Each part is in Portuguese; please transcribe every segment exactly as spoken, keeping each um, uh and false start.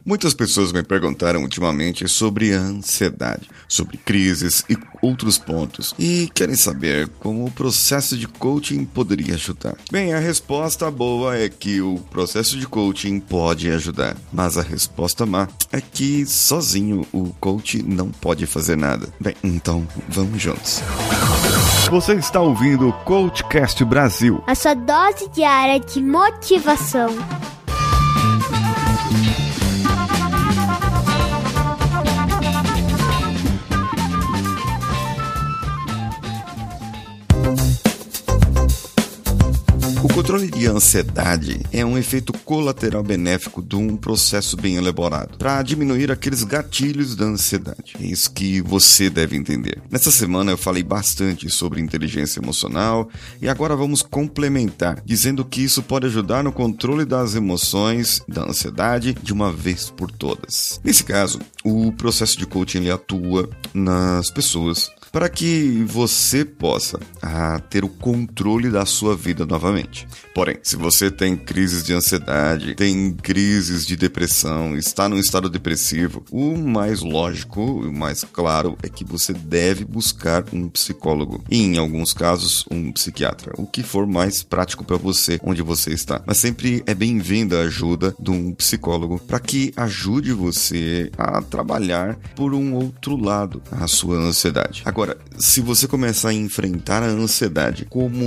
Muitas pessoas me perguntaram ultimamente sobre a ansiedade, sobre crises e outros pontos, e querem saber como o processo de coaching poderia ajudar. Bem, a resposta boa é que o processo de coaching pode ajudar, mas a resposta má é que sozinho o coach não pode fazer nada. Bem, então vamos juntos. Você está ouvindo o Coachcast Brasil, a sua dose diária de motivação. O controle de ansiedade é um efeito colateral benéfico de um processo bem elaborado para diminuir aqueles gatilhos da ansiedade. É isso que você deve entender. Nessa semana eu falei bastante sobre inteligência emocional e agora vamos complementar, dizendo que isso pode ajudar no controle das emoções da ansiedade de uma vez por todas. Nesse caso, o processo de coaching ele atua nas pessoas para que você possa ah, ter o controle da sua vida novamente. Porém, se você tem crises de ansiedade, tem crises de depressão, está num estado depressivo, o mais lógico e o mais claro é que você deve buscar um psicólogo e, em alguns casos, um psiquiatra, o que for mais prático para você, onde você está. Mas sempre é bem-vinda a ajuda de um psicólogo para que ajude você a trabalhar por um outro lado a sua ansiedade. Agora, se você começar a enfrentar a ansiedade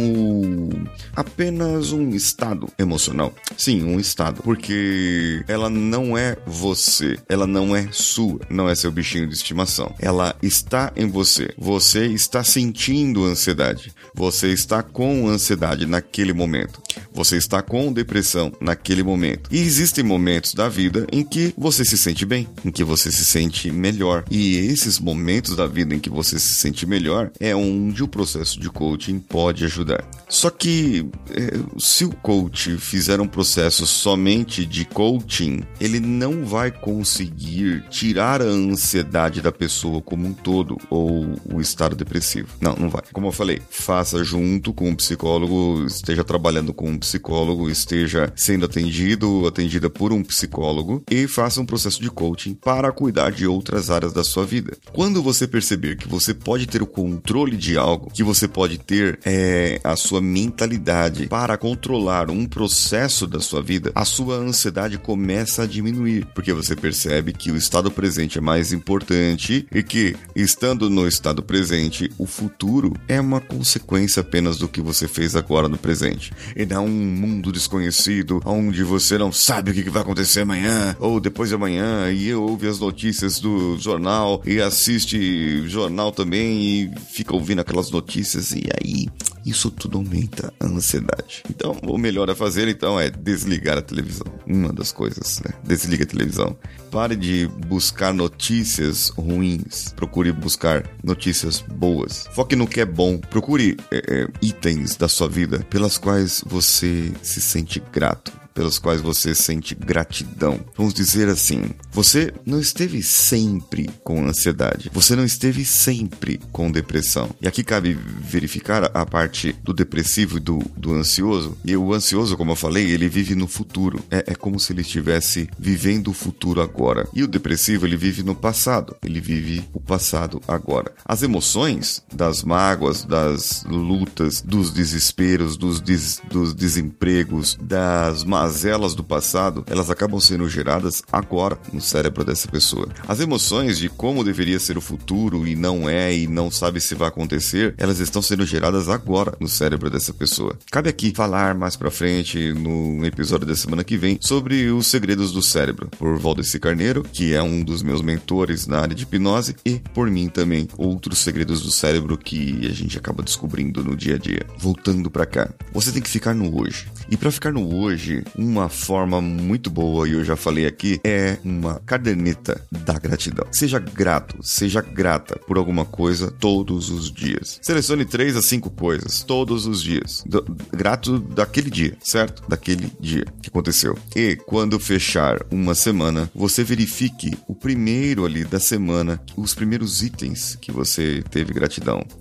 como apenas um estado emocional, sim, um estado, porque ela não é você, ela não é sua, não é seu bichinho de estimação, ela está em você, você está sentindo ansiedade, você está com ansiedade naquele momento, você está com depressão naquele momento, e existem momentos da vida em que você se sente bem, em que você se sente melhor, e esses momentos da vida em que você se sente melhor é onde o processo de coaching pode ajudar. Só que é, se o coach fizer um processo somente de coaching, ele não vai conseguir tirar a ansiedade da pessoa como um todo ou o estado depressivo. Não, não vai. Como eu falei, faça junto com um psicólogo, esteja trabalhando com um psicólogo, esteja sendo atendido, atendida por um psicólogo e faça um processo de coaching para cuidar de outras áreas da sua vida. Quando você perceber que você pode ter o controle de algo, que você pode ter é, a sua mentalidade para controlar um processo da sua vida, a sua ansiedade começa a diminuir, porque você percebe que o estado presente é mais importante e que, estando no estado presente, o futuro é uma consequência apenas do que você fez agora no presente. E não um mundo desconhecido, onde você não sabe o que vai acontecer amanhã ou depois de amanhã, e ouve as notícias do jornal e assiste jornal também e fica ouvindo aquelas notícias, e aí isso tudo aumenta a ansiedade. Então, o melhor a fazer, então, é desligar a televisão. Uma das coisas, né? Desliga a televisão. Pare de buscar notícias ruins. Procure buscar notícias boas. Foque no que é bom. Procure é, é, itens da sua vida pelas quais você se sente grato, pelas quais você sente gratidão. Vamos dizer assim, você não esteve sempre com ansiedade, você não esteve sempre com depressão. E aqui cabe verificar a parte do depressivo e do, do ansioso. E o ansioso, como eu falei, ele vive no futuro. É, é como se ele estivesse vivendo o futuro agora. E o depressivo, ele vive no passado. Ele vive o passado agora. As emoções das mágoas, das lutas, dos desesperos, dos, des, dos desempregos, das mazelas do passado, elas acabam sendo geradas agora no cérebro dessa pessoa. As emoções de como deveria ser o futuro e não é, e não sabe se vai acontecer, elas estão sendo geradas agora no cérebro dessa pessoa. Cabe aqui falar mais pra frente, no episódio da semana que vem, sobre os segredos do cérebro, por Valdeci Carneiro, que é um dos meus mentores na área de hipnose, e por mim também, outros segredos do cérebro que a gente acaba descobrindo no dia a dia. Voltando pra cá, você tem que ficar no hoje. E pra ficar no hoje, uma forma muito boa, e eu já falei aqui, é uma caderneta da gratidão. Seja grato, seja grata por alguma coisa todos os dias. Selecione três a cinco coisas todos os dias. Do, grato daquele dia, certo? Daquele dia que aconteceu. E quando fechar uma semana, você verifique o primeiro ali da semana, os primeiros itens que você teve gratidão.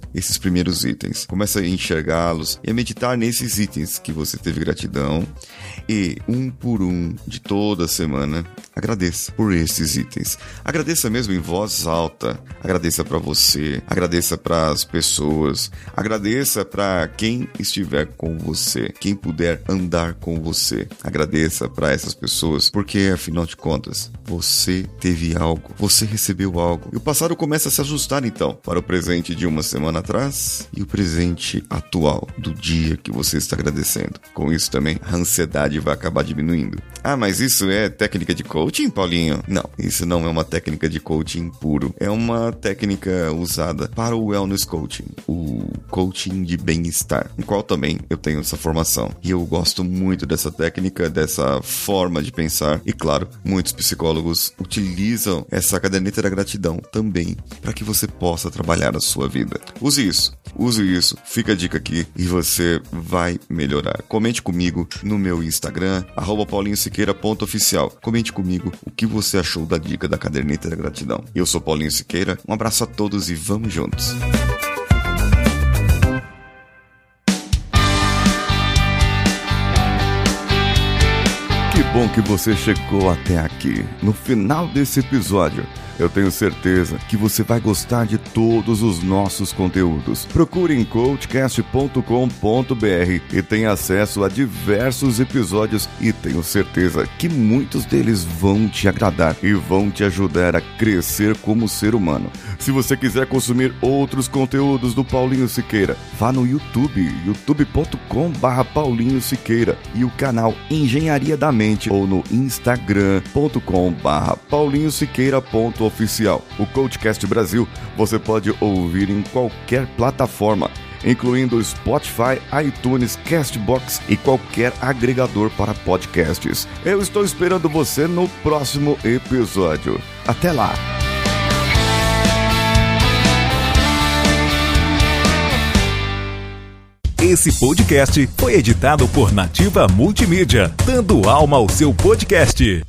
esses primeiros itens. Começa a enxergá-los e a meditar nesses itens que você teve gratidão e, um por um, de toda semana, agradeça por esses itens. Agradeça mesmo em voz alta. Agradeça para você, agradeça para as pessoas, agradeça para quem estiver com você, quem puder andar com você. Agradeça para essas pessoas, porque afinal de contas, você teve algo, você recebeu algo. E o passado começa a se ajustar então para o presente de uma semana atrás e o presente atual do dia que você está agradecendo. Com isso também, a ansiedade vai acabar diminuindo. Ah, mas isso é técnica de coaching, Paulinho? Não, isso não é uma técnica de coaching puro. É uma técnica usada para o wellness coaching, o coaching de bem-estar, em qual também eu tenho essa formação. E eu gosto muito dessa técnica, dessa forma de pensar. E claro, muitos psicólogos utilizam essa caderneta da gratidão também para que você possa trabalhar a sua vida. Use isso, use isso, fica a dica aqui e você vai melhorar. Comente comigo no meu Instagram, arroba paulinho siqueira ponto oficial. Comente comigo o que você achou da dica da caderneta da gratidão. Eu sou Paulinho Siqueira, um abraço a todos e vamos juntos. Que bom que você chegou até aqui. No final desse episódio, eu tenho certeza que você vai gostar de todos os nossos conteúdos. Procure em coachcast ponto com ponto b r e tenha acesso a diversos episódios e tenho certeza que muitos deles vão te agradar e vão te ajudar a crescer como ser humano. Se você quiser consumir outros conteúdos do Paulinho Siqueira, vá no YouTube, youtube ponto com barra Paulinho Siqueira e o canal Engenharia da Mente ou no instagram ponto com barra Paulinho Siqueira ponto oficial. O Coachcast Brasil você pode ouvir em qualquer plataforma, incluindo Spotify, iTunes, Castbox e qualquer agregador para podcasts. Eu estou esperando você no próximo episódio. Até lá! Esse podcast foi editado por Nativa Multimídia, dando alma ao seu podcast.